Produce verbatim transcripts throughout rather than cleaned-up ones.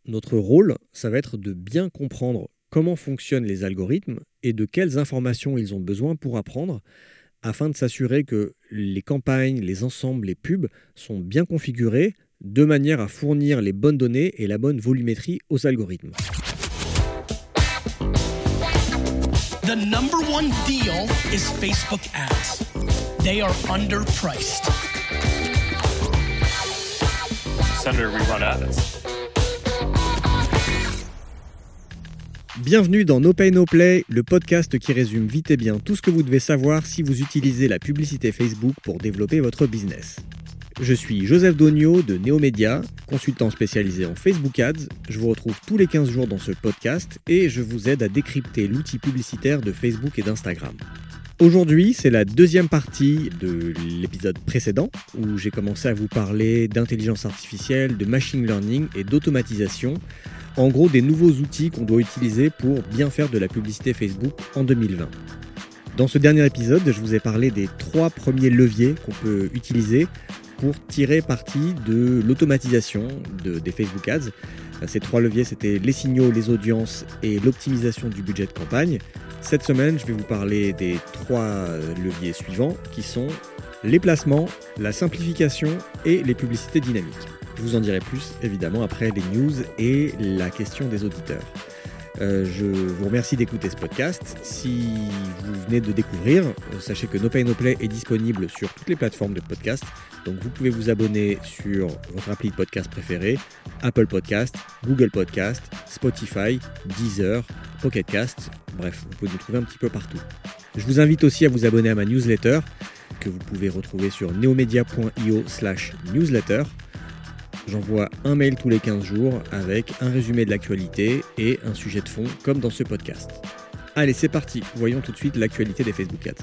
Notre rôle, ça va être de bien comprendre comment fonctionnent les algorithmes et de quelles informations ils ont besoin pour apprendre, afin de s'assurer que les campagnes, les ensembles, les pubs sont bien configurés de manière à fournir les bonnes données et la bonne volumétrie aux algorithmes. The number one deal is Facebook ads. They are underpriced. Senator, we run ads. Bienvenue dans No Pay No Play, le podcast qui résume vite et bien tout ce que vous devez savoir si vous utilisez la publicité Facebook pour développer votre business. Je suis Joseph Dogno de Neomédia, consultant spécialisé en Facebook Ads. Je vous retrouve tous les quinze jours dans ce podcast et je vous aide à décrypter l'outil publicitaire de Facebook et d'Instagram. Aujourd'hui, c'est la deuxième partie de l'épisode précédent où j'ai commencé à vous parler d'intelligence artificielle, de machine learning et d'automatisation. En gros, des nouveaux outils qu'on doit utiliser pour bien faire de la publicité Facebook en deux mille vingt. Dans ce dernier épisode, je vous ai parlé des trois premiers leviers qu'on peut utiliser pour tirer parti de l'automatisation de, des Facebook Ads. Ces trois leviers, c'était les signaux, les audiences et l'optimisation du budget de campagne. Cette semaine, je vais vous parler des trois leviers suivants qui sont les placements, la simplification et les publicités dynamiques. Je vous en dirai plus, évidemment, après les news et la question des auditeurs. Euh, je vous remercie d'écouter ce podcast. Si vous venez de découvrir, sachez que No Pay No Play est disponible sur toutes les plateformes de podcast. Donc vous pouvez vous abonner sur votre appli de podcast préférée, Apple Podcast, Google Podcast, Spotify, Deezer, Pocket Cast. Bref, vous pouvez nous trouver un petit peu partout. Je vous invite aussi à vous abonner à ma newsletter que vous pouvez retrouver sur neomedia.io slash newsletter. J'envoie un mail tous les quinze jours avec un résumé de l'actualité et un sujet de fond comme dans ce podcast. Allez, c'est parti. Voyons tout de suite l'actualité des Facebook Ads.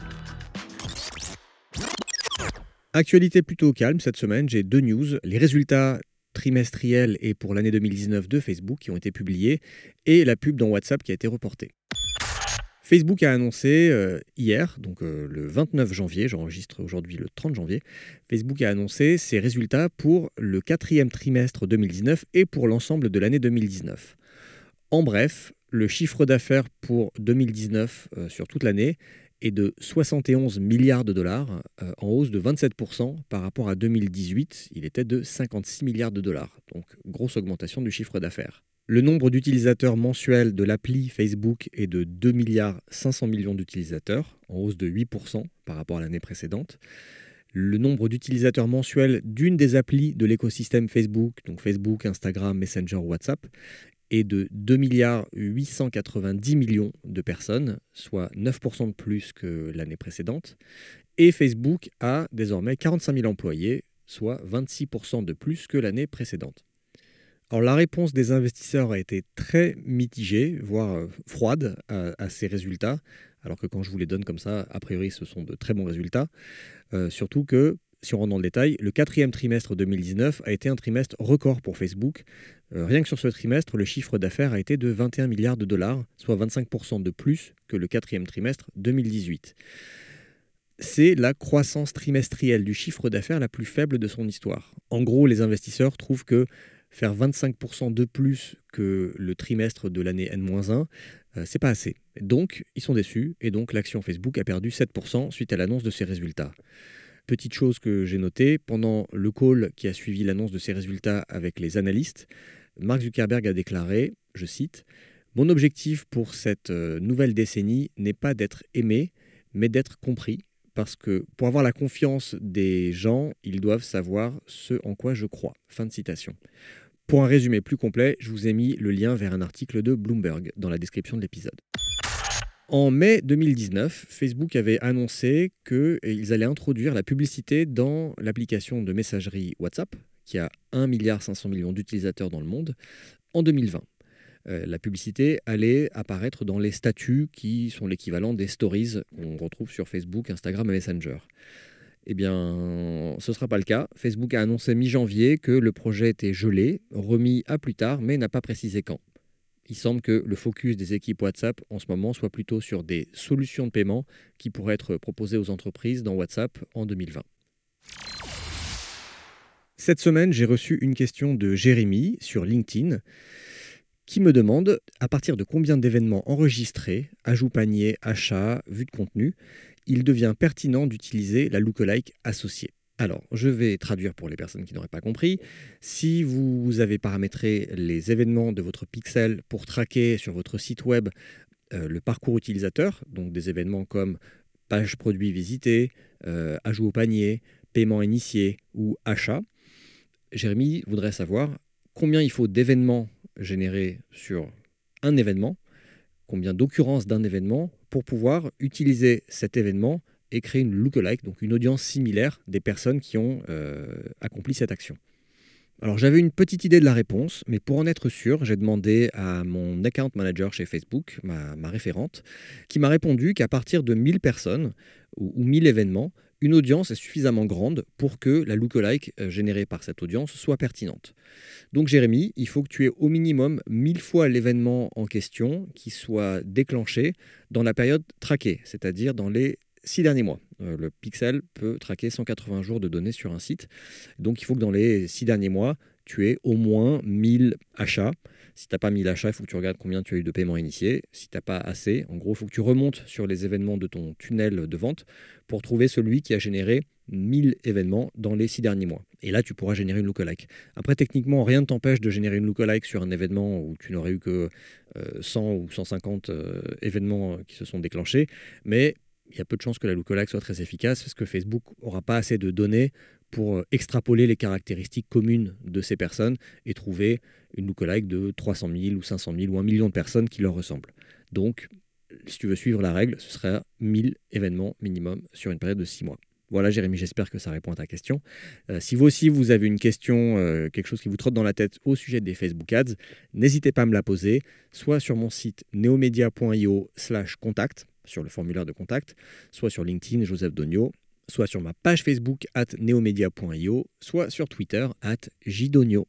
Actualité plutôt calme cette semaine, j'ai deux news. Les résultats trimestriels et pour l'année deux mille dix-neuf de Facebook qui ont été publiés et la pub dans WhatsApp qui a été reportée. Facebook a annoncé euh, hier, donc euh, le vingt-neuf janvier, j'enregistre aujourd'hui le trente janvier, Facebook a annoncé ses résultats pour le quatrième trimestre deux mille dix-neuf et pour l'ensemble de l'année deux mille dix-neuf. En bref, le chiffre d'affaires pour deux mille dix-neuf euh, sur toute l'année est de soixante et onze milliards de dollars, euh, en hausse de vingt-sept pour cent par rapport à deux mille dix-huit, il était de cinquante-six milliards de dollars, donc grosse augmentation du chiffre d'affaires. Le nombre d'utilisateurs mensuels de l'appli Facebook est de deux milliards cinq cents millions d'utilisateurs, en hausse de huit pour cent par rapport à l'année précédente. Le nombre d'utilisateurs mensuels d'une des applis de l'écosystème Facebook, donc Facebook, Instagram, Messenger, WhatsApp, est de deux milliards huit cent quatre-vingt-dix millions de personnes, soit neuf pour cent de plus que l'année précédente. Et Facebook a désormais quarante-cinq mille employés, soit vingt-six pour cent de plus que l'année précédente. Alors, la réponse des investisseurs a été très mitigée, voire euh, froide à, à ces résultats, alors que quand je vous les donne comme ça, a priori, ce sont de très bons résultats. Euh, surtout que, si on rentre dans le détail, le quatrième trimestre deux mille dix-neuf a été un trimestre record pour Facebook. Euh, rien que sur ce trimestre, le chiffre d'affaires a été de vingt et un milliards de dollars, soit vingt-cinq pour cent de plus que le quatrième trimestre deux mille dix-huit. C'est la croissance trimestrielle du chiffre d'affaires la plus faible de son histoire. En gros, les investisseurs trouvent que faire vingt-cinq pour cent de plus que le trimestre de l'année N moins un, euh, c'est pas assez. Donc, ils sont déçus et donc l'action Facebook a perdu sept pour cent suite à l'annonce de ses résultats. Petite chose que j'ai notée, pendant le call qui a suivi l'annonce de ses résultats avec les analystes, Mark Zuckerberg a déclaré, je cite, « Mon objectif pour cette euh, nouvelle décennie n'est pas d'être aimé, mais d'être compris. Parce que pour avoir la confiance des gens, ils doivent savoir ce en quoi je crois. » Fin de citation. Pour un résumé plus complet, je vous ai mis le lien vers un article de Bloomberg dans la description de l'épisode. En mai deux mille dix-neuf, Facebook avait annoncé qu'ils allaient introduire la publicité dans l'application de messagerie WhatsApp, qui a un milliard cinq cents millions d'utilisateurs dans le monde, en deux mille vingt. Euh, la publicité allait apparaître dans les statuts qui sont l'équivalent des stories qu'on retrouve sur Facebook, Instagram et Messenger. Eh bien, ce ne sera pas le cas. Facebook a annoncé mi-janvier que le projet était gelé, remis à plus tard, mais n'a pas précisé quand. Il semble que le focus des équipes WhatsApp en ce moment soit plutôt sur des solutions de paiement qui pourraient être proposées aux entreprises dans WhatsApp en deux mille vingt. Cette semaine, j'ai reçu une question de Jérémy sur LinkedIn qui me demande à partir de combien d'événements enregistrés, ajout panier, achat, vue de contenu, il devient pertinent d'utiliser la lookalike associée. Alors, je vais traduire pour les personnes qui n'auraient pas compris. Si vous avez paramétré les événements de votre pixel pour traquer sur votre site web euh, le parcours utilisateur, donc des événements comme page produit visitée, euh, ajout au panier, paiement initié ou achat, Jérémy voudrait savoir combien il faut d'événements générés sur un événement, combien d'occurrences d'un événement pour pouvoir utiliser cet événement et créer une lookalike, donc une audience similaire des personnes qui ont euh, accompli cette action. Alors j'avais une petite idée de la réponse, mais pour en être sûr, j'ai demandé à mon account manager chez Facebook, ma, ma référente, qui m'a répondu qu'à partir de mille personnes ou, ou mille événements, une audience est suffisamment grande pour que la lookalike générée par cette audience soit pertinente. Donc Jérémy, il faut que tu aies au minimum mille fois l'événement en question qui soit déclenché dans la période traquée, c'est-à-dire dans les six derniers mois. Euh, le pixel peut traquer cent quatre-vingts jours de données sur un site. Donc il faut que dans les six derniers mois, tu aies au moins mille achats. Si tu n'as pas mille achats, il faut que tu regardes combien tu as eu de paiements initiés. Si tu n'as pas assez, en gros, il faut que tu remontes sur les événements de ton tunnel de vente pour trouver celui qui a généré mille événements dans les six derniers mois. Et là, tu pourras générer une lookalike. Après, techniquement, rien ne t'empêche de générer une lookalike sur un événement où tu n'aurais eu que euh, cent ou cent cinquante euh, événements qui se sont déclenchés. Mais il y a peu de chances que la lookalike soit très efficace parce que Facebook n'aura pas assez de données pour extrapoler les caractéristiques communes de ces personnes et trouver une lookalike de trois cent mille ou cinq cent mille ou un million de personnes qui leur ressemblent. Donc, si tu veux suivre la règle, ce serait mille événements minimum sur une période de six mois. Voilà Jérémy, j'espère que ça répond à ta question. Euh, si vous aussi vous avez une question, euh, quelque chose qui vous trotte dans la tête au sujet des Facebook Ads, n'hésitez pas à me la poser, soit sur mon site neomedia point io slash contact, sur le formulaire de contact, soit sur LinkedIn, Joseph Dogno, soit sur ma page Facebook at neomedia point io, soit sur Twitter at jdogno.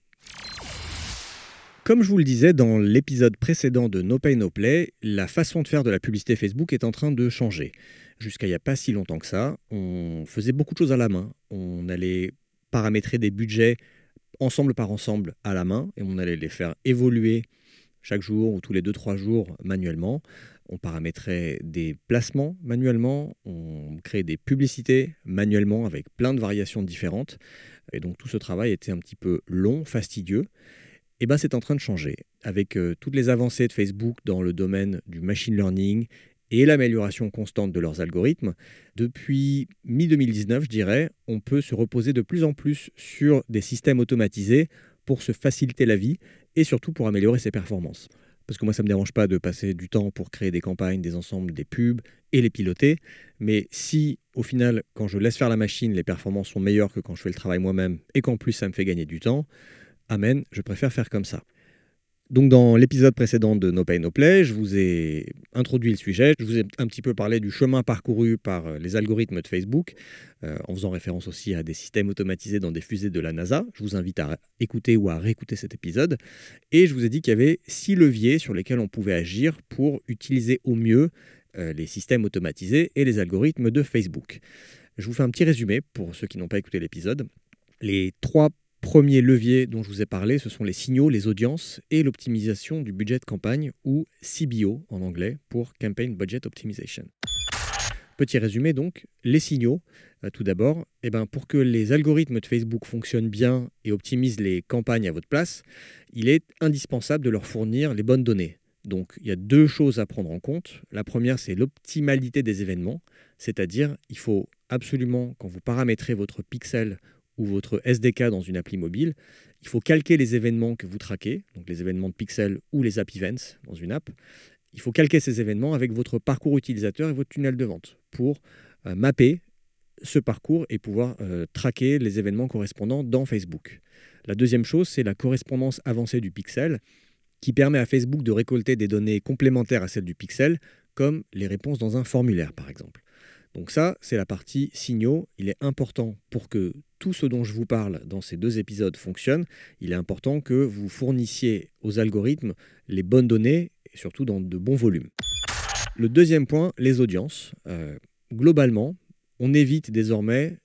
Comme je vous le disais dans l'épisode précédent de No Pay No Play, la façon de faire de la publicité Facebook est en train de changer. Jusqu'à il n'y a pas si longtemps que ça, on faisait beaucoup de choses à la main. On allait paramétrer des budgets ensemble par ensemble à la main et on allait les faire évoluer chaque jour ou tous les deux trois jours manuellement. On paramétrait des placements manuellement, on créait des publicités manuellement avec plein de variations différentes. Et donc tout ce travail était un petit peu long, fastidieux. Et bien c'est en train de changer. Avec euh, toutes les avancées de Facebook dans le domaine du machine learning et l'amélioration constante de leurs algorithmes, depuis mi deux mille dix-neuf, je dirais, on peut se reposer de plus en plus sur des systèmes automatisés pour se faciliter la vie et surtout pour améliorer ses performances. Parce que moi, ça ne me dérange pas de passer du temps pour créer des campagnes, des ensembles, des pubs et les piloter. Mais si, au final, quand je laisse faire la machine, les performances sont meilleures que quand je fais le travail moi-même et qu'en plus, ça me fait gagner du temps, amen, je préfère faire comme ça. Donc dans l'épisode précédent de No Pay No Play, je vous ai introduit le sujet, je vous ai un petit peu parlé du chemin parcouru par les algorithmes de Facebook, euh, en faisant référence aussi à des systèmes automatisés dans des fusées de la NASA. Je vous invite à écouter ou à réécouter cet épisode. Et je vous ai dit qu'il y avait six leviers sur lesquels on pouvait agir pour utiliser au mieux euh, les systèmes automatisés et les algorithmes de Facebook. Je vous fais un petit résumé pour ceux qui n'ont pas écouté l'épisode. Les trois premier levier dont je vous ai parlé, ce sont les signaux, les audiences et l'optimisation du budget de campagne, ou C B O en anglais, pour Campaign Budget Optimization. Petit résumé donc, les signaux, euh, tout d'abord, eh ben, pour que les algorithmes de Facebook fonctionnent bien et optimisent les campagnes à votre place, il est indispensable de leur fournir les bonnes données. Donc il y a deux choses à prendre en compte. La première, c'est l'optimalité des événements, c'est-à-dire il faut absolument, quand vous paramétrez votre pixel ou votre S D K dans une appli mobile, il faut calquer les événements que vous traquez, donc les événements de pixels ou les app events dans une app. Il faut calquer ces événements avec votre parcours utilisateur et votre tunnel de vente pour euh, mapper ce parcours et pouvoir euh, traquer les événements correspondants dans Facebook. La deuxième chose, c'est la correspondance avancée du pixel qui permet à Facebook de récolter des données complémentaires à celles du pixel, comme les réponses dans un formulaire par exemple. Donc ça, c'est la partie signaux. Il est important pour que tout ce dont je vous parle dans ces deux épisodes fonctionne. Il est important que vous fournissiez aux algorithmes les bonnes données et surtout dans de bons volumes. Le deuxième point, les audiences. Euh, globalement, on évite désormais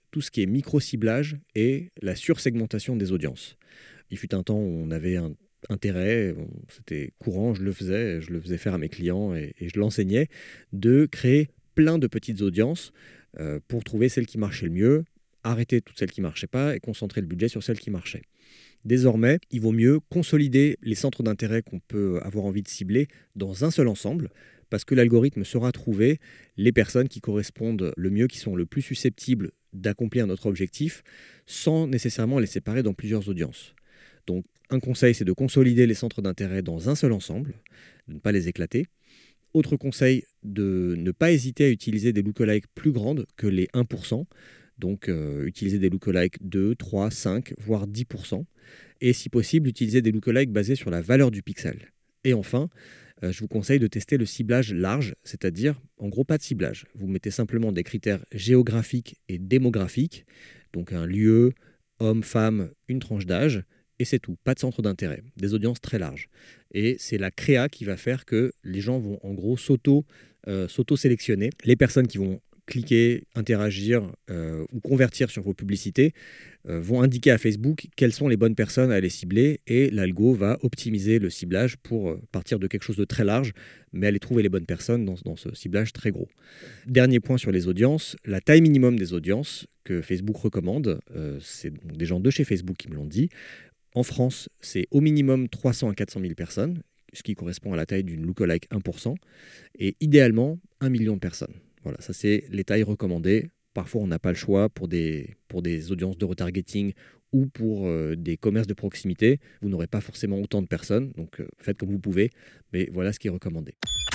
tout ce qui est micro-ciblage et la sursegmentation des audiences. Il fut un temps où on avait un intérêt, c'était courant, je le faisais, je le faisais faire à mes clients et, et je l'enseignais, de créer plein de petites audiences euh, pour trouver celles qui marchaient le mieux, arrêter toutes celles qui ne marchaient pas et concentrer le budget sur celles qui marchaient. Désormais, il vaut mieux consolider les centres d'intérêt qu'on peut avoir envie de cibler dans un seul ensemble, parce que l'algorithme saura trouver les personnes qui correspondent le mieux, qui sont le plus susceptibles d'accomplir notre objectif, sans nécessairement les séparer dans plusieurs audiences. Donc, un conseil, c'est de consolider les centres d'intérêt dans un seul ensemble, de ne pas les éclater. Autre conseil, de ne pas hésiter à utiliser des lookalikes plus grandes que les un pour cent. Donc, euh, utiliser des lookalikes deux, trois, cinq, voire dix pour cent. Et si possible, utiliser des lookalikes basés sur la valeur du pixel. Et enfin, euh, je vous conseille de tester le ciblage large, c'est-à-dire, en gros, pas de ciblage. Vous mettez simplement des critères géographiques et démographiques, donc un lieu, homme, femme, une tranche d'âge, et c'est tout, pas de centre d'intérêt, des audiences très larges. Et c'est la créa qui va faire que les gens vont en gros s'auto, euh, s'auto-sélectionner. Les personnes qui vont cliquer, interagir euh, ou convertir sur vos publicités euh, vont indiquer à Facebook quelles sont les bonnes personnes à aller cibler et l'algo va optimiser le ciblage pour euh, partir de quelque chose de très large, mais aller trouver les bonnes personnes dans, dans ce ciblage très gros. Dernier point sur les audiences, la taille minimum des audiences que Facebook recommande, euh, c'est des gens de chez Facebook qui me l'ont dit. En France, c'est au minimum trois cents à quatre cent mille personnes, ce qui correspond à la taille d'une lookalike un pour cent, et idéalement un million de personnes. Voilà, ça c'est les tailles recommandées. Parfois, on n'a pas le choix pour des, pour des audiences de retargeting ou pour euh, des commerces de proximité. Vous n'aurez pas forcément autant de personnes, donc euh, faites comme vous pouvez, mais voilà ce qui est recommandé.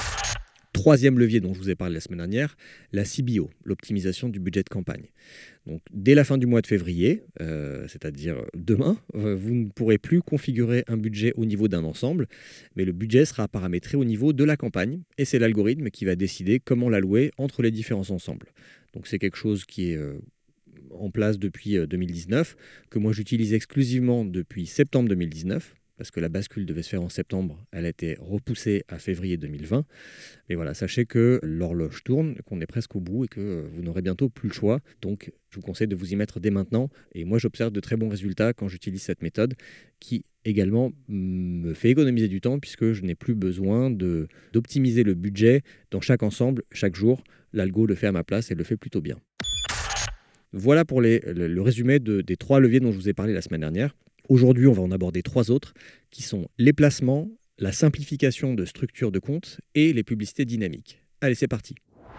Troisième levier dont je vous ai parlé la semaine dernière, la C B O, l'optimisation du budget de campagne. Donc, dès la fin du mois de février, euh, c'est-à-dire demain, euh, vous ne pourrez plus configurer un budget au niveau d'un ensemble, mais le budget sera paramétré au niveau de la campagne, et c'est l'algorithme qui va décider comment l'allouer entre les différents ensembles. Donc c'est quelque chose qui est euh, en place depuis euh, deux mille dix-neuf, que moi j'utilise exclusivement depuis septembre deux mille dix-neuf, parce que la bascule devait se faire en septembre, elle a été repoussée à février deux mille vingt. Mais voilà, sachez que l'horloge tourne, qu'on est presque au bout et que vous n'aurez bientôt plus le choix. Donc, je vous conseille de vous y mettre dès maintenant. Et moi, j'observe de très bons résultats quand j'utilise cette méthode qui également me fait économiser du temps puisque je n'ai plus besoin de, d'optimiser le budget dans chaque ensemble, chaque jour. L'algo le fait à ma place et le fait plutôt bien. Voilà pour les, le, le résumé de, des trois leviers dont je vous ai parlé la semaine dernière. Aujourd'hui, on va en aborder trois autres, qui sont les placements, la simplification de structure de compte et les publicités dynamiques. Allez, c'est parti.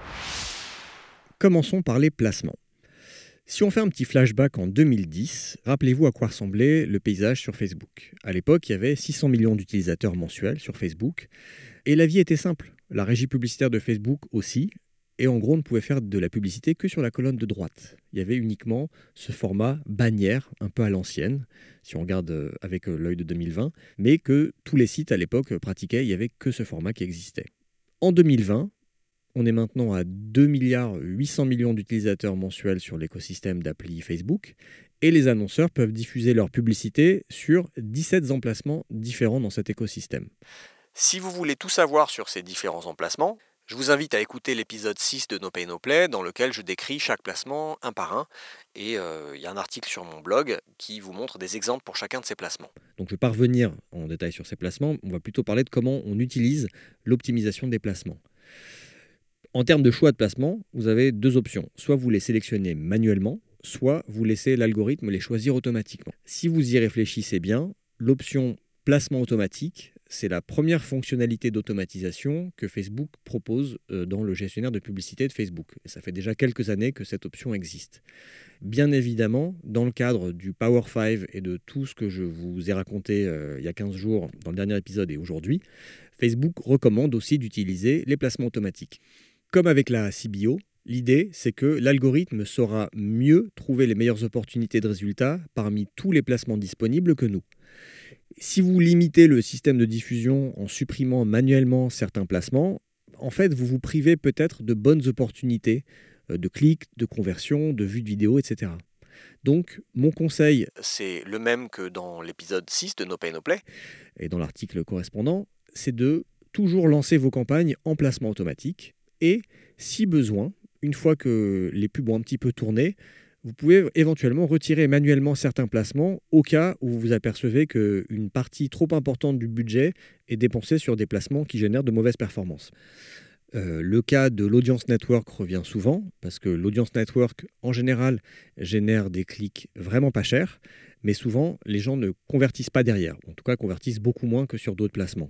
Commençons par les placements. Si on fait un petit flashback en deux mille dix, rappelez-vous à quoi ressemblait le paysage sur Facebook. À l'époque, il y avait six cents millions d'utilisateurs mensuels sur Facebook, et la vie était simple. La régie publicitaire de Facebook aussi. Et en gros, on ne pouvait faire de la publicité que sur la colonne de droite. Il y avait uniquement ce format bannière, un peu à l'ancienne, si on regarde avec l'œil de deux mille vingt, mais que tous les sites à l'époque pratiquaient, il n'y avait que ce format qui existait. En deux mille vingt, on est maintenant à deux milliards huit cents millions d'utilisateurs mensuels sur l'écosystème d'appli Facebook, et les annonceurs peuvent diffuser leur publicité sur dix-sept emplacements différents dans cet écosystème. Si vous voulez tout savoir sur ces différents emplacements, je vous invite à écouter l'épisode six de No Pay No Play dans lequel je décris chaque placement un par un et il euh, y a un article sur mon blog qui vous montre des exemples pour chacun de ces placements. Donc je ne vais pas revenir en détail sur ces placements, on va plutôt parler de comment on utilise l'optimisation des placements. En termes de choix de placement, vous avez deux options. Soit vous les sélectionnez manuellement, soit vous laissez l'algorithme les choisir automatiquement. Si vous y réfléchissez bien, l'option placement automatique, c'est la première fonctionnalité d'automatisation que Facebook propose dans le gestionnaire de publicité de Facebook. Et ça fait déjà quelques années que cette option existe. Bien évidemment, dans le cadre du Power cinq et de tout ce que je vous ai raconté euh, il y a quinze jours dans le dernier épisode et aujourd'hui, Facebook recommande aussi d'utiliser les placements automatiques. Comme avec la C B O, l'idée, c'est que l'algorithme saura mieux trouver les meilleures opportunités de résultats parmi tous les placements disponibles que nous. Si vous limitez le système de diffusion en supprimant manuellement certains placements, en fait, vous vous privez peut-être de bonnes opportunités de clics, de conversions, de vues de vidéos, et cetera. Donc, mon conseil, c'est le même que dans l'épisode six de No Pay No Play, et dans l'article correspondant, c'est de toujours lancer vos campagnes en placement automatique, et si besoin, une fois que les pubs ont un petit peu tourné, vous pouvez éventuellement retirer manuellement certains placements au cas où vous vous apercevez qu'une partie trop importante du budget est dépensée sur des placements qui génèrent de mauvaises performances. Euh, le cas de l'audience network revient souvent parce que l'audience network, en général, génère des clics vraiment pas chers, mais souvent, les gens ne convertissent pas derrière. En tout cas, convertissent beaucoup moins que sur d'autres placements.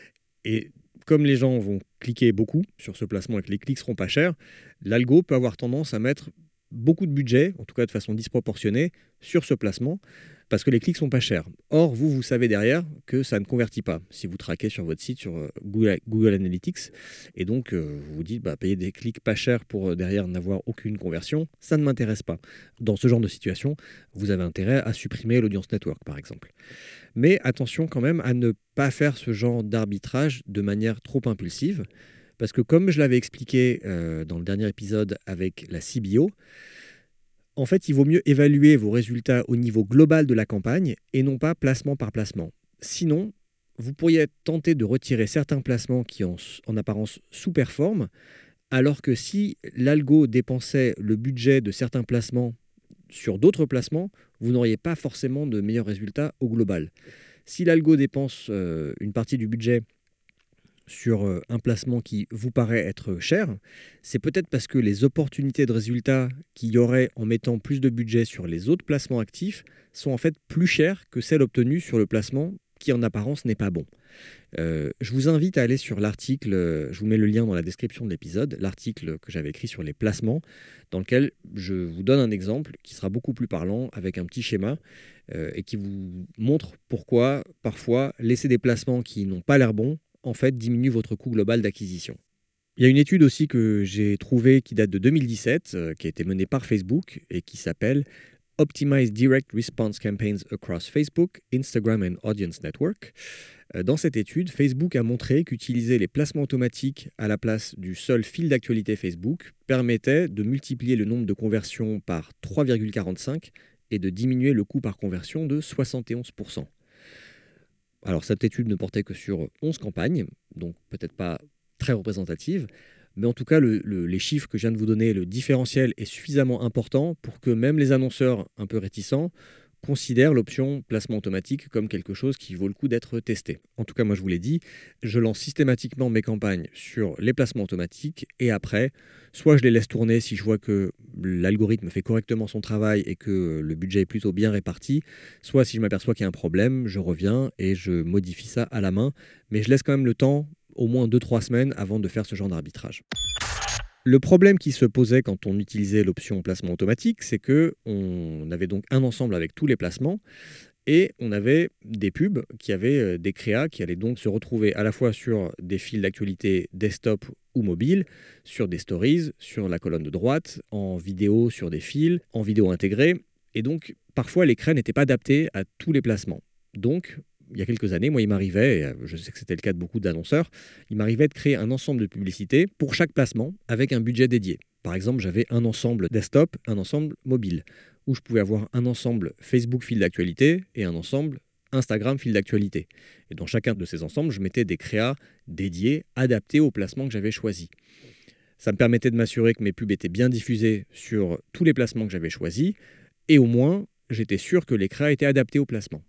Et comme les gens vont cliquer beaucoup sur ce placement et que les clics seront pas chers, l'algo peut avoir tendance à mettre beaucoup de budget, en tout cas de façon disproportionnée, sur ce placement, parce que les clics sont pas chers. Or, vous, vous savez derrière que ça ne convertit pas. Si vous traquez sur votre site, sur Google, Google Analytics, et donc euh, vous vous dites, bah, payer des clics pas chers pour euh, derrière n'avoir aucune conversion, ça ne m'intéresse pas. Dans ce genre de situation, vous avez intérêt à supprimer l'audience network, par exemple. Mais attention quand même à ne pas faire ce genre d'arbitrage de manière trop impulsive, parce que comme je l'avais expliqué euh, dans le dernier épisode avec la C B O, en fait, il vaut mieux évaluer vos résultats au niveau global de la campagne et non pas placement par placement. Sinon, vous pourriez être tenté de retirer certains placements qui en, en apparence sous-performent, alors que si l'algo dépensait le budget de certains placements sur d'autres placements, vous n'auriez pas forcément de meilleurs résultats au global. Si l'algo dépense euh, une partie du budget sur un placement qui vous paraît être cher, c'est peut-être parce que les opportunités de résultats qu'il y aurait en mettant plus de budget sur les autres placements actifs sont en fait plus chères que celles obtenues sur le placement qui en apparence n'est pas bon. Euh, je vous invite à aller sur l'article, je vous mets le lien dans la description de l'épisode, l'article que j'avais écrit sur les placements, dans lequel je vous donne un exemple qui sera beaucoup plus parlant avec un petit schéma euh, et qui vous montre pourquoi parfois laisser des placements qui n'ont pas l'air bons en fait, diminue votre coût global d'acquisition. Il y a une étude aussi que j'ai trouvée qui date de deux mille dix-sept, euh, qui a été menée par Facebook et qui s'appelle Optimize Direct Response Campaigns Across Facebook, Instagram and Audience Network. Euh, dans cette étude, Facebook a montré qu'utiliser les placements automatiques à la place du seul fil d'actualité Facebook permettait de multiplier le nombre de conversions par trois virgule quarante-cinq et de diminuer le coût par conversion de soixante et onze pour cent. Alors cette étude ne portait que sur onze campagnes, donc peut-être pas très représentative, mais en tout cas le, le, les chiffres que je viens de vous donner, le différentiel est suffisamment important pour que même les annonceurs un peu réticents considèrent l'option placement automatique comme quelque chose qui vaut le coup d'être testé. En tout cas, moi je vous l'ai dit, je lance systématiquement mes campagnes sur les placements automatiques et après, soit je les laisse tourner si je vois que l'algorithme fait correctement son travail et que le budget est plutôt bien réparti, soit si je m'aperçois qu'il y a un problème, je reviens et je modifie ça à la main, mais je laisse quand même le temps, au moins deux trois semaines avant de faire ce genre d'arbitrage. Le problème qui se posait quand on utilisait l'option placement automatique, c'est qu'on avait donc un ensemble avec tous les placements et on avait des pubs qui avaient des créas qui allaient donc se retrouver à la fois sur des fils d'actualité desktop ou mobile, sur des stories, sur la colonne de droite, en vidéo sur des fils, en vidéo intégrée. Et donc, parfois, les créas n'étaient pas adaptés à tous les placements. Donc, il y a quelques années, moi, il m'arrivait, et je sais que c'était le cas de beaucoup d'annonceurs, il m'arrivait de créer un ensemble de publicités pour chaque placement avec un budget dédié. Par exemple, j'avais un ensemble desktop, un ensemble mobile, où je pouvais avoir un ensemble Facebook fil d'actualité et un ensemble Instagram fil d'actualité. Et dans chacun de ces ensembles, je mettais des créas dédiés, adaptés au placement que j'avais choisi. Ça me permettait de m'assurer que mes pubs étaient bien diffusées sur tous les placements que j'avais choisis, et au moins, j'étais sûr que les créas étaient adaptés au placement.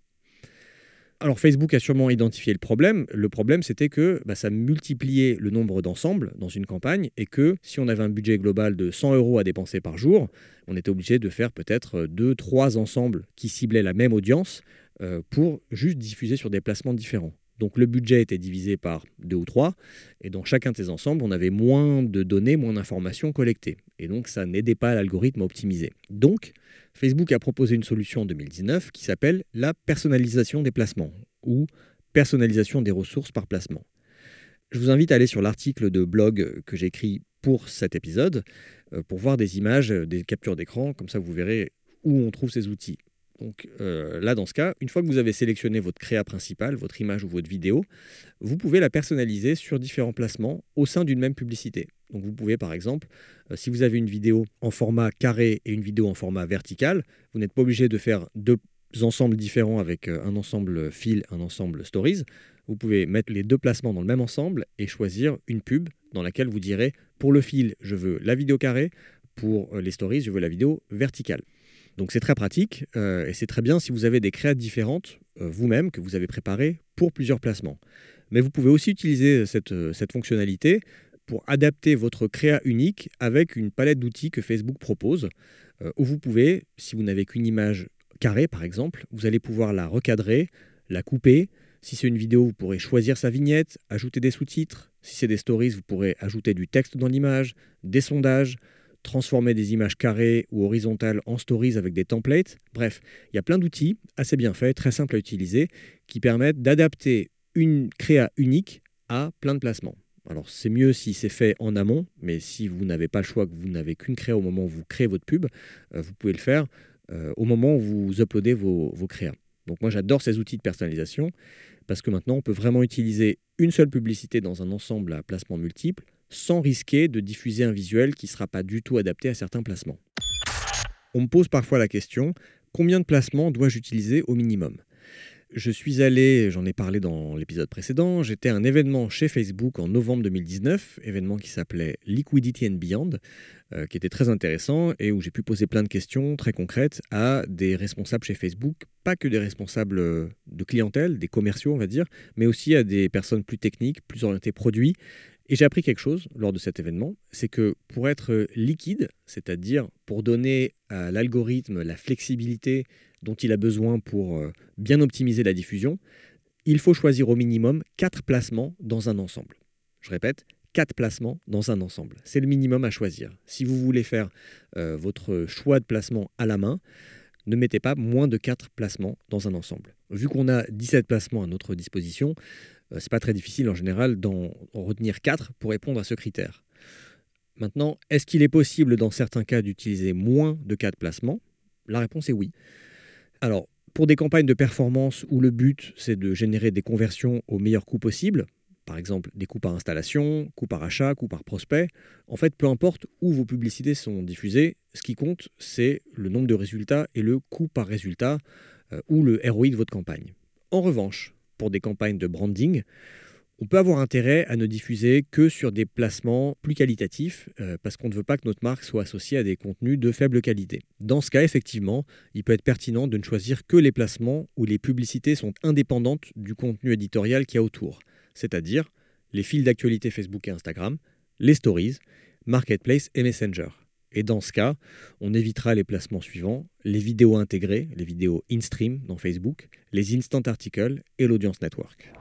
Alors Facebook a sûrement identifié le problème. Le problème, c'était que bah, ça multipliait le nombre d'ensembles dans une campagne et que si on avait un budget global de cent euros à dépenser par jour, on était obligé de faire peut-être deux, trois ensembles qui ciblaient la même audience euh, pour juste diffuser sur des placements différents. Donc le budget était divisé par deux ou trois et dans chacun de ces ensembles, on avait moins de données, moins d'informations collectées. Et donc ça n'aidait pas l'algorithme à optimiser. Donc Facebook a proposé une solution en deux mille dix-neuf qui s'appelle la personnalisation des placements ou personnalisation des ressources par placement. Je vous invite à aller sur l'article de blog que j'ai écrit pour cet épisode pour voir des images, des captures d'écran, comme ça vous verrez où on trouve ces outils. Donc euh, là, dans ce cas, une fois que vous avez sélectionné votre créa principale, votre image ou votre vidéo, vous pouvez la personnaliser sur différents placements au sein d'une même publicité. Donc vous pouvez par exemple, euh, si vous avez une vidéo en format carré et une vidéo en format vertical, vous n'êtes pas obligé de faire deux ensembles différents avec euh, un ensemble fil, un ensemble stories. Vous pouvez mettre les deux placements dans le même ensemble et choisir une pub dans laquelle vous direz pour le fil, je veux la vidéo carrée, Pour les stories, je veux la vidéo verticale. Donc c'est très pratique euh, et c'est très bien si vous avez des créas différentes euh, vous-même que vous avez préparées pour plusieurs placements. Mais vous pouvez aussi utiliser cette, cette fonctionnalité pour adapter votre créa unique avec une palette d'outils que Facebook propose, euh, où vous pouvez, si vous n'avez qu'une image carrée par exemple, vous allez pouvoir la recadrer, la couper. Si c'est une vidéo, vous pourrez choisir sa vignette, ajouter des sous-titres. Si c'est des stories, vous pourrez ajouter du texte dans l'image, des sondages, transformer des images carrées ou horizontales en stories avec des templates. Bref, il y a plein d'outils assez bien faits, très simples à utiliser, qui permettent d'adapter une créa unique à plein de placements. Alors c'est mieux si c'est fait en amont, mais si vous n'avez pas le choix, que vous n'avez qu'une créa au moment où vous créez votre pub, euh, vous pouvez le faire euh, au moment où vous uploadez vos, vos créas. Donc moi j'adore ces outils de personnalisation parce que maintenant on peut vraiment utiliser une seule publicité dans un ensemble à placements multiples sans risquer de diffuser un visuel qui ne sera pas du tout adapté à certains placements. On me pose parfois la question, combien de placements dois-je utiliser au minimum ? Je suis allé, j'en ai parlé dans l'épisode précédent, j'étais à un événement chez Facebook en novembre deux mille dix-neuf, événement qui s'appelait Liquidity and Beyond, euh, qui était très intéressant et où j'ai pu poser plein de questions très concrètes à des responsables chez Facebook, pas que des responsables de clientèle, des commerciaux on va dire, mais aussi à des personnes plus techniques, plus orientées produits. Et j'ai appris quelque chose lors de cet événement, c'est que pour être liquide, c'est-à-dire pour donner à l'algorithme la flexibilité dont il a besoin pour bien optimiser la diffusion, il faut choisir au minimum quatre placements dans un ensemble. Je répète, quatre placements dans un ensemble. C'est le minimum à choisir. Si vous voulez faire euh, votre choix de placement à la main, ne mettez pas moins de quatre placements dans un ensemble. Vu qu'on a dix-sept placements à notre disposition, euh, c'est pas très difficile en général d'en retenir quatre pour répondre à ce critère. Maintenant, est-ce qu'il est possible dans certains cas d'utiliser moins de quatre placements ? La réponse est oui. Alors, pour des campagnes de performance où le but c'est de générer des conversions au meilleur coût possible, par exemple des coûts par installation, coûts par achat, coûts par prospect, en fait peu importe où vos publicités sont diffusées, ce qui compte c'est le nombre de résultats et le coût par résultat euh, ou le R O I de votre campagne. En revanche, pour des campagnes de branding, on peut avoir intérêt à ne diffuser que sur des placements plus qualitatifs euh, parce qu'on ne veut pas que notre marque soit associée à des contenus de faible qualité. Dans ce cas, effectivement, il peut être pertinent de ne choisir que les placements où les publicités sont indépendantes du contenu éditorial qu'il y a autour, c'est-à-dire les fils d'actualité Facebook et Instagram, les stories, Marketplace et Messenger. Et dans ce cas, on évitera les placements suivants, les vidéos intégrées, les vidéos in-stream dans Facebook, les instant articles et l'audience network.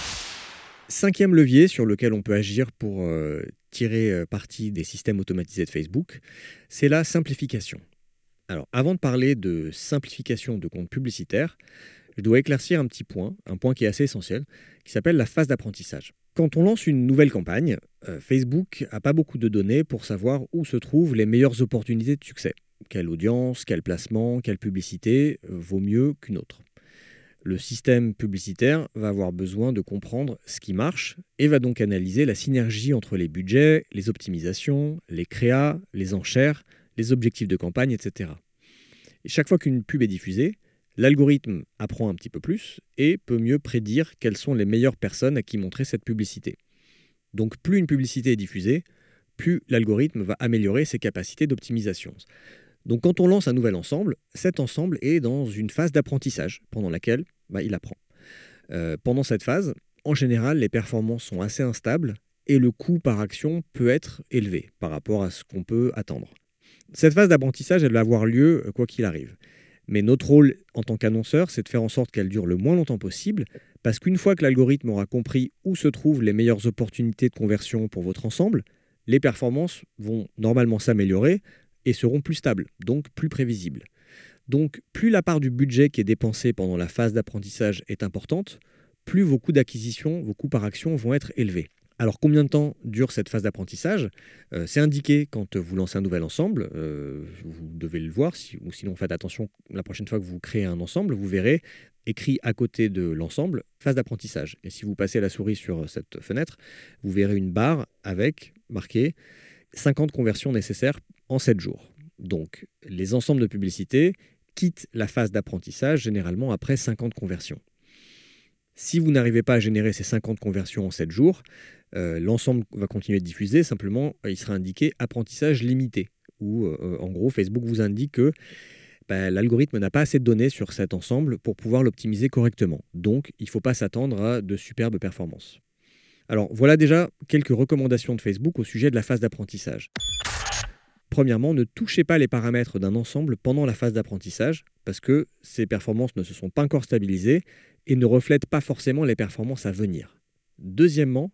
Cinquième levier sur lequel on peut agir pour euh, tirer euh, parti des systèmes automatisés de Facebook, c'est la simplification. Alors, avant de parler de simplification de comptes publicitaires, je dois éclaircir un petit point, un point qui est assez essentiel, qui s'appelle la phase d'apprentissage. Quand on lance une nouvelle campagne, euh, Facebook n'a pas beaucoup de données pour savoir où se trouvent les meilleures opportunités de succès. Quelle audience, quel placement, quelle publicité euh, vaut mieux qu'une autre. Le système publicitaire va avoir besoin de comprendre ce qui marche et va donc analyser la synergie entre les budgets, les optimisations, les créas, les enchères, les objectifs de campagne, et cetera. Et chaque fois qu'une pub est diffusée, l'algorithme apprend un petit peu plus et peut mieux prédire quelles sont les meilleures personnes à qui montrer cette publicité. Donc plus une publicité est diffusée, plus l'algorithme va améliorer ses capacités d'optimisation. Donc quand on lance un nouvel ensemble, cet ensemble est dans une phase d'apprentissage pendant laquelle bah, il apprend. Euh, pendant cette phase, en général, les performances sont assez instables et le coût par action peut être élevé par rapport à ce qu'on peut attendre. Cette phase d'apprentissage, elle va avoir lieu quoi qu'il arrive. Mais notre rôle en tant qu'annonceur, c'est de faire en sorte qu'elle dure le moins longtemps possible, parce qu'une fois que l'algorithme aura compris où se trouvent les meilleures opportunités de conversion pour votre ensemble, les performances vont normalement s'améliorer et seront plus stables, donc plus prévisibles. Donc, plus la part du budget qui est dépensé pendant la phase d'apprentissage est importante, plus vos coûts d'acquisition, vos coûts par action vont être élevés. Alors, combien de temps dure cette phase d'apprentissage ? euh, C'est indiqué quand vous lancez un nouvel ensemble, euh, vous devez le voir, si, ou sinon faites attention, la prochaine fois que vous créez un ensemble, vous verrez écrit à côté de l'ensemble, phase d'apprentissage. Et si vous passez la souris sur cette fenêtre, vous verrez une barre avec marqué cinquante conversions nécessaires en sept jours. Donc, les ensembles de publicités quittent la phase d'apprentissage généralement après cinquante conversions. Si vous n'arrivez pas à générer ces cinquante conversions en sept jours, euh, l'ensemble va continuer de diffuser, simplement il sera indiqué apprentissage limité où euh, en gros Facebook vous indique que bah, l'algorithme n'a pas assez de données sur cet ensemble pour pouvoir l'optimiser correctement. Donc il ne faut pas s'attendre à de superbes performances. Alors voilà déjà quelques recommandations de Facebook au sujet de la phase d'apprentissage. Premièrement, ne touchez pas les paramètres d'un ensemble pendant la phase d'apprentissage parce que ces performances ne se sont pas encore stabilisées et ne reflètent pas forcément les performances à venir. Deuxièmement,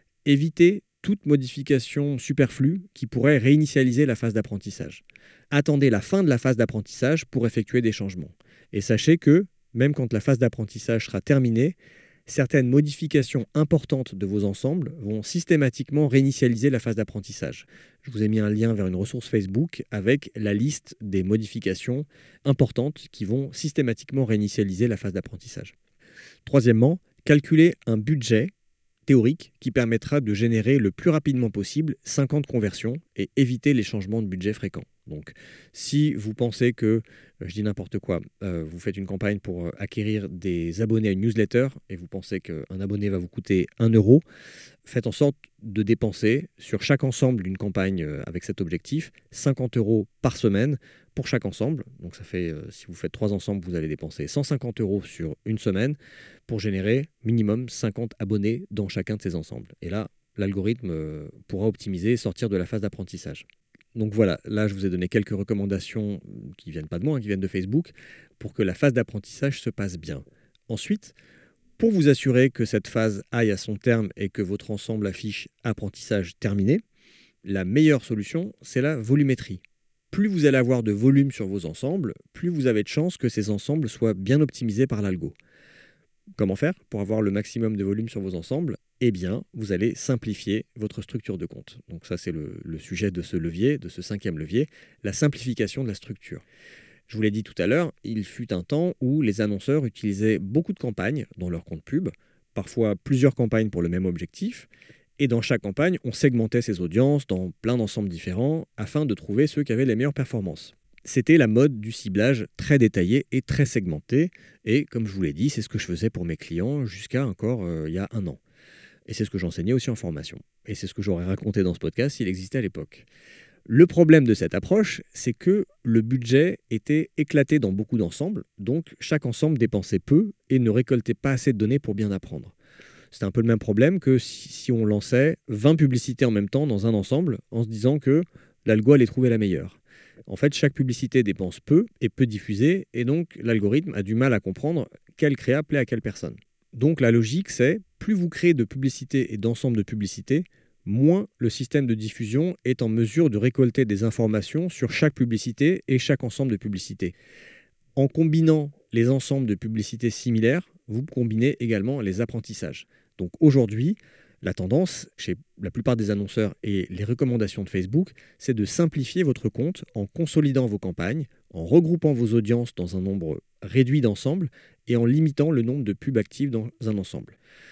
évitez toute modification superflue qui pourrait réinitialiser la phase d'apprentissage. Attendez la fin de la phase d'apprentissage pour effectuer des changements. Et sachez que, même quand la phase d'apprentissage sera terminée, certaines modifications importantes de vos ensembles vont systématiquement réinitialiser la phase d'apprentissage. Je vous ai mis un lien vers une ressource Facebook avec la liste des modifications importantes qui vont systématiquement réinitialiser la phase d'apprentissage. Troisièmement, calculez un budget théorique qui permettra de générer le plus rapidement possible cinquante conversions et éviter les changements de budget fréquents. Donc, si vous pensez que, je dis n'importe quoi, euh, vous faites une campagne pour acquérir des abonnés à une newsletter et vous pensez qu'un abonné va vous coûter un euro, faites en sorte de dépenser sur chaque ensemble d'une campagne avec cet objectif cinquante euros par semaine pour chaque ensemble. Donc, ça fait, euh, si vous faites trois ensembles, vous allez dépenser cent cinquante euros sur une semaine pour générer minimum cinquante abonnés dans chacun de ces ensembles. Et là, l'algorithme euh, pourra optimiser et sortir de la phase d'apprentissage. Donc voilà, là je vous ai donné quelques recommandations qui ne viennent pas de moi, hein, qui viennent de Facebook, pour que la phase d'apprentissage se passe bien. Ensuite, pour vous assurer que cette phase aille à son terme et que votre ensemble affiche apprentissage terminé, la meilleure solution, c'est la volumétrie. Plus vous allez avoir de volume sur vos ensembles, plus vous avez de chances que ces ensembles soient bien optimisés par l'algo. Comment faire pour avoir le maximum de volume sur vos ensembles ? Eh bien, vous allez simplifier votre structure de compte. Donc ça, c'est le, le sujet de ce levier, de ce cinquième levier, la simplification de la structure. Je vous l'ai dit tout à l'heure, il fut un temps où les annonceurs utilisaient beaucoup de campagnes dans leur compte pub, parfois plusieurs campagnes pour le même objectif, et dans chaque campagne, on segmentait ses audiences dans plein d'ensembles différents afin de trouver ceux qui avaient les meilleures performances. C'était la mode du ciblage très détaillé et très segmenté, et comme je vous l'ai dit, c'est ce que je faisais pour mes clients jusqu'à encore euh, il y a un an. Et c'est ce que j'enseignais aussi en formation. Et c'est ce que j'aurais raconté dans ce podcast s'il existait à l'époque. Le problème de cette approche, c'est que le budget était éclaté dans beaucoup d'ensembles, donc chaque ensemble dépensait peu et ne récoltait pas assez de données pour bien apprendre. C'était un peu le même problème que si, si on lançait vingt publicités en même temps dans un ensemble en se disant que l'algo allait trouver la meilleure. En fait, chaque publicité dépense peu et peu diffusée, et donc l'algorithme a du mal à comprendre quelle créa plaît à quelle personne. Donc la logique, c'est plus vous créez de publicités et d'ensembles de publicités, moins le système de diffusion est en mesure de récolter des informations sur chaque publicité et chaque ensemble de publicités. En combinant les ensembles de publicités similaires, vous combinez également les apprentissages. Donc aujourd'hui, la tendance chez la plupart des annonceurs et les recommandations de Facebook, c'est de simplifier votre compte en consolidant vos campagnes, en regroupant vos audiences dans un nombre réduit d'ensembles et en limitant le nombre de pubs actives dans un ensemble.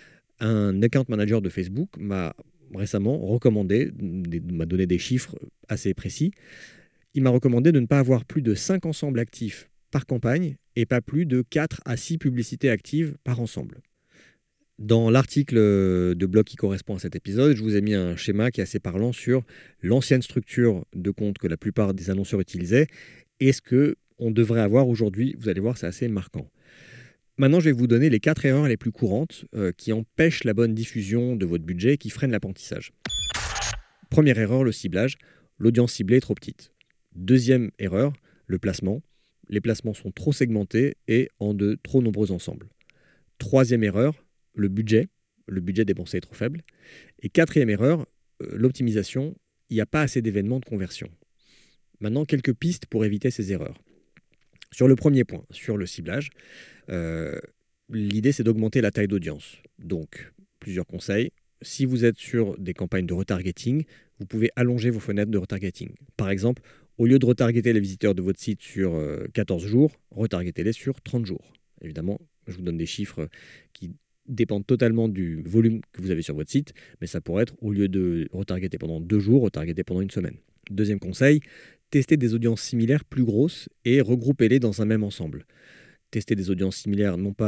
Un account manager de Facebook m'a récemment recommandé, m'a donné des chiffres assez précis. Il m'a recommandé de ne pas avoir plus de cinq ensembles actifs par campagne et pas plus de quatre à six publicités actives par ensemble. Dans l'article de blog qui correspond à cet épisode, je vous ai mis un schéma qui est assez parlant sur l'ancienne structure de compte que la plupart des annonceurs utilisaient et ce qu'on devrait avoir aujourd'hui. Vous allez voir, c'est assez marquant. Maintenant, je vais vous donner les quatre erreurs les plus courantes euh, qui empêchent la bonne diffusion de votre budget et qui freinent l'apprentissage. Première erreur, le ciblage. L'audience ciblée est trop petite. Deuxième erreur, le placement. Les placements sont trop segmentés et en de trop nombreux ensembles. Troisième erreur, le budget. Le budget dépensé est trop faible. Et quatrième erreur, euh, l'optimisation. Il n'y a pas assez d'événements de conversion. Maintenant, quelques pistes pour éviter ces erreurs. Sur le premier point, sur le ciblage, euh, l'idée c'est d'augmenter la taille d'audience. Donc, plusieurs conseils. Si vous êtes sur des campagnes de retargeting, vous pouvez allonger vos fenêtres de retargeting. Par exemple, au lieu de retargeter les visiteurs de votre site sur euh, quatorze jours, retargetez-les sur trente jours. Évidemment, je vous donne des chiffres qui dépendent totalement du volume que vous avez sur votre site, mais ça pourrait être, au lieu de retargeter pendant deux jours, retargeter pendant une semaine. Deuxième conseil, testez des audiences similaires plus grosses et regroupez-les dans un même ensemble. Testez des audiences similaires non pas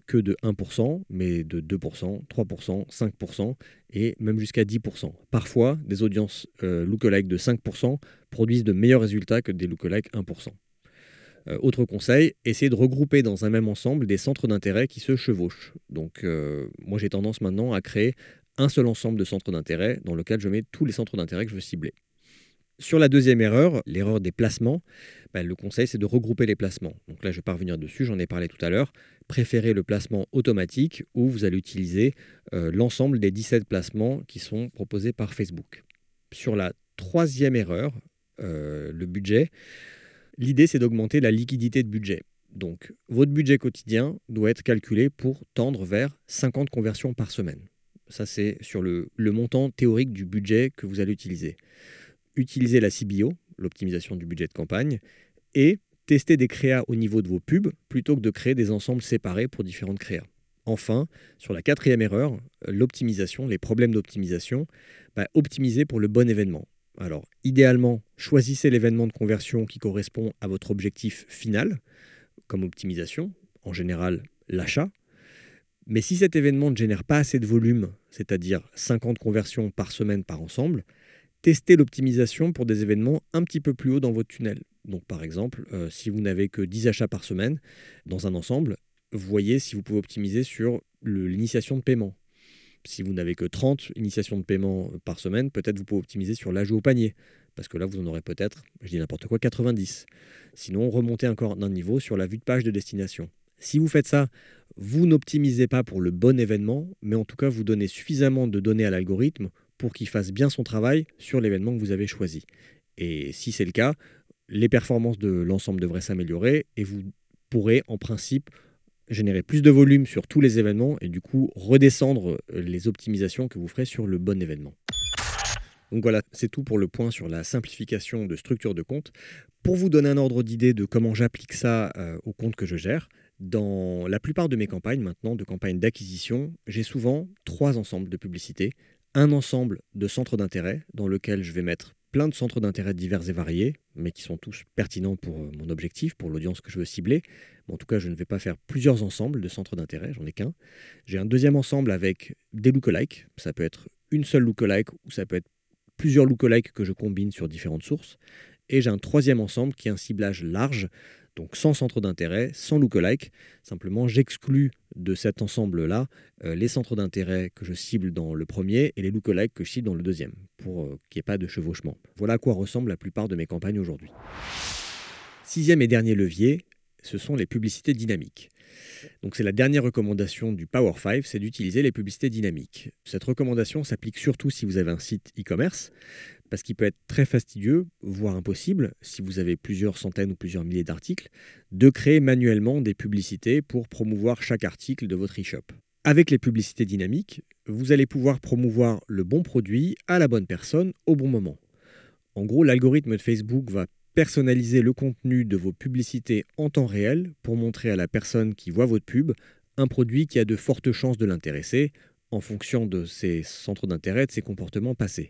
que de un pour cent, mais de deux pour cent, trois pour cent, cinq pour cent et même jusqu'à dix pour cent. Parfois, des audiences euh, lookalike de cinq pour cent produisent de meilleurs résultats que des lookalike un pour cent. Euh, autre conseil, essayez de regrouper dans un même ensemble des centres d'intérêt qui se chevauchent. Donc, euh, moi, j'ai tendance maintenant à créer un seul ensemble de centres d'intérêt dans lequel je mets tous les centres d'intérêt que je veux cibler. Sur la deuxième erreur, l'erreur des placements, ben, le conseil, c'est de regrouper les placements. Donc là, je vais pas revenir dessus, j'en ai parlé tout à l'heure. Préférez le placement automatique où vous allez utiliser euh, l'ensemble des dix-sept placements qui sont proposés par Facebook. Sur la troisième erreur, euh, le budget, l'idée, c'est d'augmenter la liquidité de budget. Donc, votre budget quotidien doit être calculé pour tendre vers cinquante conversions par semaine. Ça, c'est sur le, le montant théorique du budget que vous allez utiliser. Utilisez la C B O, l'optimisation du budget de campagne, et testez des créas au niveau de vos pubs plutôt que de créer des ensembles séparés pour différentes créas. Enfin, sur la quatrième erreur, l'optimisation, les problèmes d'optimisation, bah, optimisez pour le bon événement. Alors, idéalement, choisissez l'événement de conversion qui correspond à votre objectif final, comme optimisation, en général l'achat. Mais si cet événement ne génère pas assez de volume, c'est-à-dire cinquante conversions par semaine par ensemble, testez l'optimisation pour des événements un petit peu plus haut dans votre tunnel. Donc par exemple, euh, si vous n'avez que dix achats par semaine dans un ensemble, voyez si vous pouvez optimiser sur le, l'initiation de paiement. Si vous n'avez que trente initiations de paiement par semaine, peut-être vous pouvez optimiser sur l'ajout au panier, parce que là vous en aurez peut-être, je dis n'importe quoi, quatre-vingt-dix. Sinon, remontez encore d'un niveau sur la vue de page de destination. Si vous faites ça, vous n'optimisez pas pour le bon événement, mais en tout cas vous donnez suffisamment de données à l'algorithme pour qu'il fasse bien son travail sur l'événement que vous avez choisi. Et si c'est le cas, les performances de l'ensemble devraient s'améliorer et vous pourrez en principe générer plus de volume sur tous les événements et du coup redescendre les optimisations que vous ferez sur le bon événement. Donc voilà, c'est tout pour le point sur la simplification de structure de compte. Pour vous donner un ordre d'idée de comment j'applique ça euh, au compte que je gère, dans la plupart de mes campagnes maintenant, de campagnes d'acquisition, j'ai souvent trois ensembles de publicités. Un ensemble de centres d'intérêt dans lequel je vais mettre plein de centres d'intérêt divers et variés, mais qui sont tous pertinents pour mon objectif, pour l'audience que je veux cibler. En tout cas, je ne vais pas faire plusieurs ensembles de centres d'intérêt, j'en ai qu'un. J'ai un deuxième ensemble avec des lookalikes. Ça peut être une seule lookalike ou ça peut être plusieurs lookalikes que je combine sur différentes sources. Et j'ai un troisième ensemble qui est un ciblage large, donc sans centre d'intérêt, sans lookalike. Simplement, j'exclus de cet ensemble-là euh, les centres d'intérêt que je cible dans le premier et les lookalikes que je cible dans le deuxième, pour euh, qu'il n'y ait pas de chevauchement. Voilà à quoi ressemble la plupart de mes campagnes aujourd'hui. Sixième et dernier levier, ce sont les publicités dynamiques. Donc c'est la dernière recommandation du Power cinq, c'est d'utiliser les publicités dynamiques. Cette recommandation s'applique surtout si vous avez un site e-commerce, parce qu'il peut être très fastidieux, voire impossible, si vous avez plusieurs centaines ou plusieurs milliers d'articles, de créer manuellement des publicités pour promouvoir chaque article de votre e-shop. Avec les publicités dynamiques, vous allez pouvoir promouvoir le bon produit à la bonne personne au bon moment. En gros, l'algorithme de Facebook va personnaliser le contenu de vos publicités en temps réel pour montrer à la personne qui voit votre pub un produit qui a de fortes chances de l'intéresser en fonction de ses centres d'intérêt, de ses comportements passés.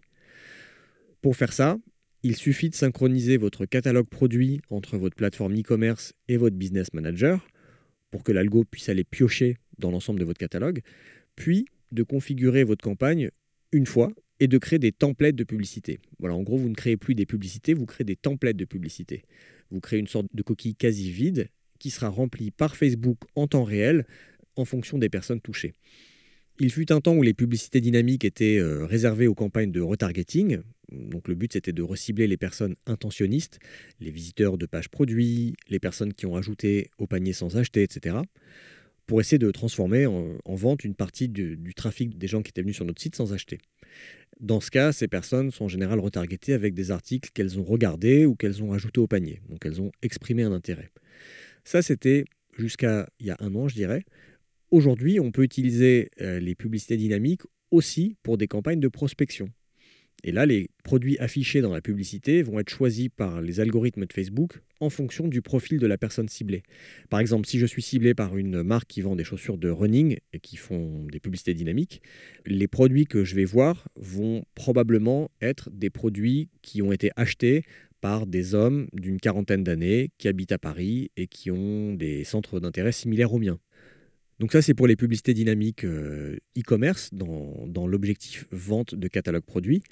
Pour faire ça, il suffit de synchroniser votre catalogue produit entre votre plateforme e-commerce et votre business manager pour que l'algo puisse aller piocher dans l'ensemble de votre catalogue, puis de configurer votre campagne une fois et de créer des templates de publicité. Voilà, en gros, vous ne créez plus des publicités, vous créez des templates de publicité. Vous créez une sorte de coquille quasi vide qui sera remplie par Facebook en temps réel en fonction des personnes touchées. Il fut un temps où les publicités dynamiques étaient euh, réservées aux campagnes de retargeting. Donc le but, c'était de recibler les personnes intentionnistes, les visiteurs de pages produits, les personnes qui ont ajouté au panier sans acheter, et cetera, pour essayer de transformer en, en vente une partie du, du trafic des gens qui étaient venus sur notre site sans acheter. Dans ce cas, ces personnes sont en général retargetées avec des articles qu'elles ont regardés ou qu'elles ont ajoutés au panier. Donc elles ont exprimé un intérêt. Ça, c'était jusqu'à il y a un an, je dirais. Aujourd'hui, on peut utiliser euh, les publicités dynamiques aussi pour des campagnes de prospection. Et là, les produits affichés dans la publicité vont être choisis par les algorithmes de Facebook en fonction du profil de la personne ciblée. Par exemple, si je suis ciblé par une marque qui vend des chaussures de running et qui font des publicités dynamiques, les produits que je vais voir vont probablement être des produits qui ont été achetés par des hommes d'une quarantaine d'années qui habitent à Paris et qui ont des centres d'intérêt similaires aux miens. Donc ça, c'est pour les publicités dynamiques euh, e-commerce dans, dans l'objectif vente de catalogue produit.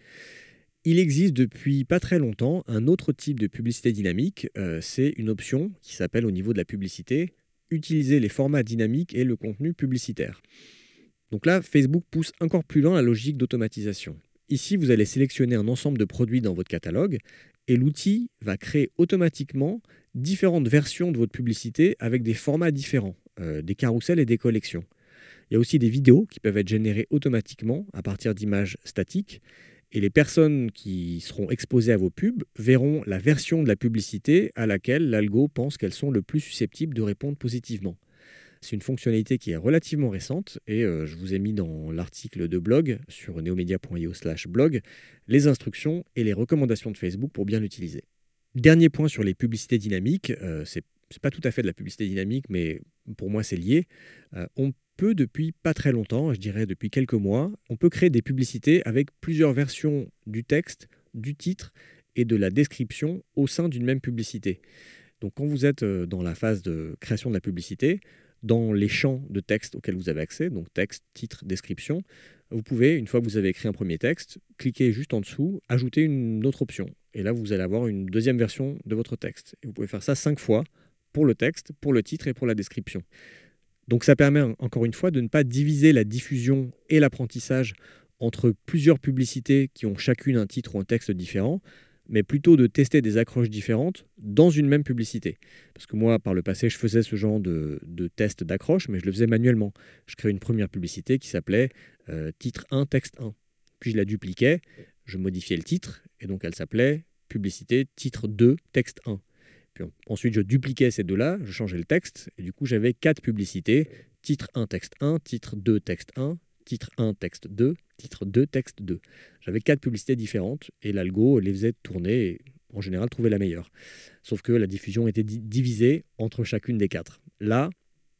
Il existe depuis pas très longtemps un autre type de publicité dynamique. Euh, c'est une option qui s'appelle au niveau de la publicité « Utiliser les formats dynamiques et le contenu publicitaire ». Donc là, Facebook pousse encore plus loin la logique d'automatisation. Ici, vous allez sélectionner un ensemble de produits dans votre catalogue et l'outil va créer automatiquement différentes versions de votre publicité avec des formats différents, euh, des carousels et des collections. Il y a aussi des vidéos qui peuvent être générées automatiquement à partir d'images statiques et les personnes qui seront exposées à vos pubs verront la version de la publicité à laquelle l'algo pense qu'elles sont le plus susceptibles de répondre positivement. C'est une fonctionnalité qui est relativement récente et euh, je vous ai mis dans l'article de blog sur neomedia point io slash blog les instructions et les recommandations de Facebook pour bien l'utiliser. Dernier point sur les publicités dynamiques, euh, c'est, c'est pas tout à fait de la publicité dynamique, mais pour moi c'est lié. Euh, on peut depuis pas très longtemps, je dirais depuis quelques mois, on peut créer des publicités avec plusieurs versions du texte, du titre et de la description au sein d'une même publicité. Donc quand vous êtes dans la phase de création de la publicité, dans les champs de texte auxquels vous avez accès, donc texte, titre, description, vous pouvez, une fois que vous avez écrit un premier texte, cliquer juste en dessous, ajouter une autre option. Et là, vous allez avoir une deuxième version de votre texte. Et vous pouvez faire ça cinq fois pour le texte, pour le titre et pour la description. Donc ça permet, encore une fois, de ne pas diviser la diffusion et l'apprentissage entre plusieurs publicités qui ont chacune un titre ou un texte différent, mais plutôt de tester des accroches différentes dans une même publicité. Parce que moi, par le passé, je faisais ce genre de, de test d'accroche, mais je le faisais manuellement. Je créais une première publicité qui s'appelait euh, titre un, texte un. Puis je la dupliquais, je modifiais le titre, et donc elle s'appelait publicité titre deux, texte un. Puis ensuite, je dupliquais ces deux-là, je changeais le texte, et du coup, j'avais quatre publicités, titre un, texte un, titre deux, texte un, titre un, texte deux, titre deux, texte deux. J'avais quatre publicités différentes et l'algo les faisait tourner et en général trouvait la meilleure. Sauf que la diffusion était di- divisée entre chacune des quatre. Là,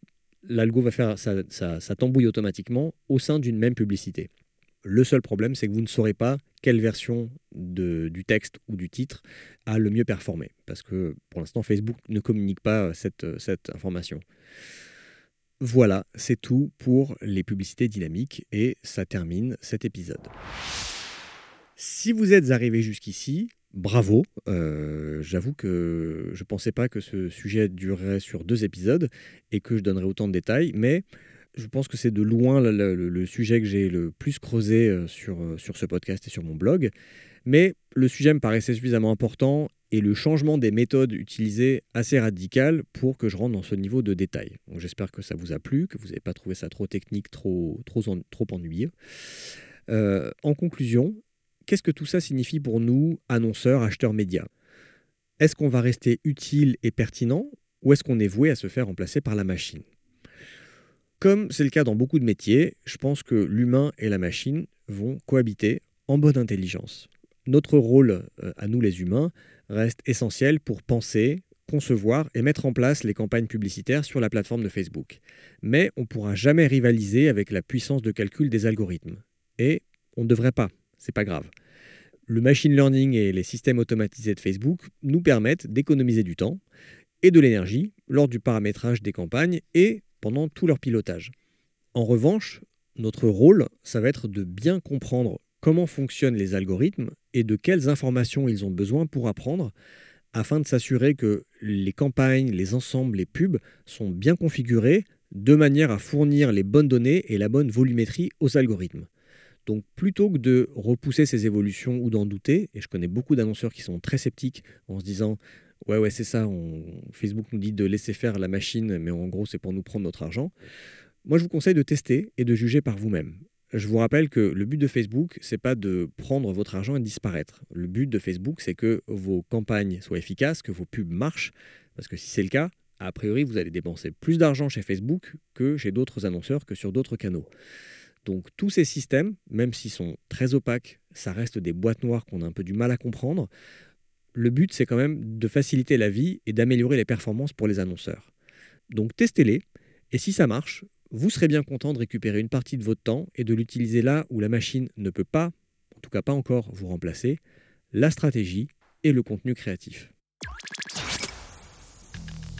l'algo va faire sa, sa, sa tambouille automatiquement au sein d'une même publicité. Le seul problème, c'est que vous ne saurez pas quelle version de, du texte ou du titre a le mieux performé. Parce que pour l'instant, Facebook ne communique pas cette, cette information. Voilà, c'est tout pour les publicités dynamiques et ça termine cet épisode. Si vous êtes arrivé jusqu'ici, bravo. Euh, j'avoue que je ne pensais pas que ce sujet durerait sur deux épisodes et que je donnerais autant de détails, mais je pense que c'est de loin le, le, le sujet que j'ai le plus creusé sur, sur ce podcast et sur mon blog. Mais le sujet me paraissait suffisamment important et le changement des méthodes utilisées assez radical pour que je rentre dans ce niveau de détail. Donc j'espère que ça vous a plu, que vous n'avez pas trouvé ça trop technique, trop, trop, trop ennuyeux. Euh, en conclusion, qu'est-ce que tout ça signifie pour nous, annonceurs, acheteurs médias ? Est-ce qu'on va rester utile et pertinent ou est-ce qu'on est voué à se faire remplacer par la machine ? Comme c'est le cas dans beaucoup de métiers, je pense que l'humain et la machine vont cohabiter en bonne intelligence. Notre rôle, à nous les humains, reste essentiel pour penser, concevoir et mettre en place les campagnes publicitaires sur la plateforme de Facebook. Mais on ne pourra jamais rivaliser avec la puissance de calcul des algorithmes. Et on ne devrait pas, c'est pas grave. Le machine learning et les systèmes automatisés de Facebook nous permettent d'économiser du temps et de l'énergie lors du paramétrage des campagnes et pendant tout leur pilotage. En revanche, notre rôle, ça va être de bien comprendre comment fonctionnent les algorithmes et de quelles informations ils ont besoin pour apprendre, afin de s'assurer que les campagnes, les ensembles, les pubs sont bien configurés de manière à fournir les bonnes données et la bonne volumétrie aux algorithmes. Donc plutôt que de repousser ces évolutions ou d'en douter, et je connais beaucoup d'annonceurs qui sont très sceptiques en se disant « ouais, ouais, c'est ça, on... Facebook nous dit de laisser faire la machine, mais en gros c'est pour nous prendre notre argent », moi je vous conseille de tester et de juger par vous-même. Je vous rappelle que le but de Facebook, c'est pas de prendre votre argent et de disparaître. Le but de Facebook, c'est que vos campagnes soient efficaces, que vos pubs marchent, parce que si c'est le cas, a priori, vous allez dépenser plus d'argent chez Facebook que chez d'autres annonceurs, que sur d'autres canaux. Donc tous ces systèmes, même s'ils sont très opaques, ça reste des boîtes noires qu'on a un peu du mal à comprendre. Le but, c'est quand même de faciliter la vie et d'améliorer les performances pour les annonceurs. Donc testez-les, et si ça marche, vous serez bien content de récupérer une partie de votre temps et de l'utiliser là où la machine ne peut pas, en tout cas pas encore, vous remplacer, la stratégie et le contenu créatif.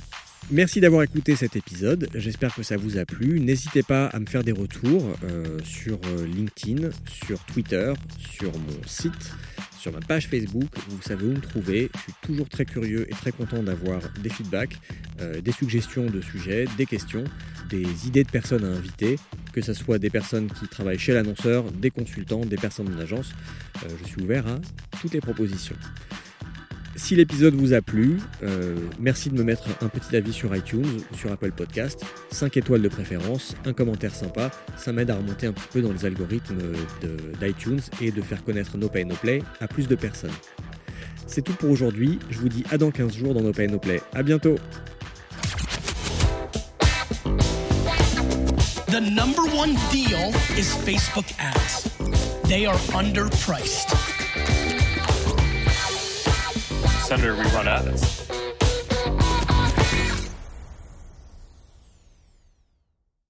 Merci d'avoir écouté cet épisode, j'espère que ça vous a plu. N'hésitez pas à me faire des retours euh, sur LinkedIn, sur Twitter, sur mon site, sur ma page Facebook. Vous savez où me trouver. Je suis toujours très curieux et très content d'avoir des feedbacks, euh, des suggestions de sujets, des questions, des idées de personnes à inviter, que ce soit des personnes qui travaillent chez l'annonceur, des consultants, des personnes en agence. Euh, je suis ouvert à toutes les propositions. Si l'épisode vous a plu, euh, merci de me mettre un petit avis sur iTunes ou sur Apple Podcast, cinq étoiles de préférence, un commentaire sympa, ça m'aide à remonter un petit peu dans les algorithmes de, d'iTunes et de faire connaître No Pay No Play à plus de personnes. C'est tout pour aujourd'hui, je vous dis à dans quinze jours dans No Pay No Play. À bientôt. The number one deal is Facebook ads. They are underpriced. Senator, rerun ads.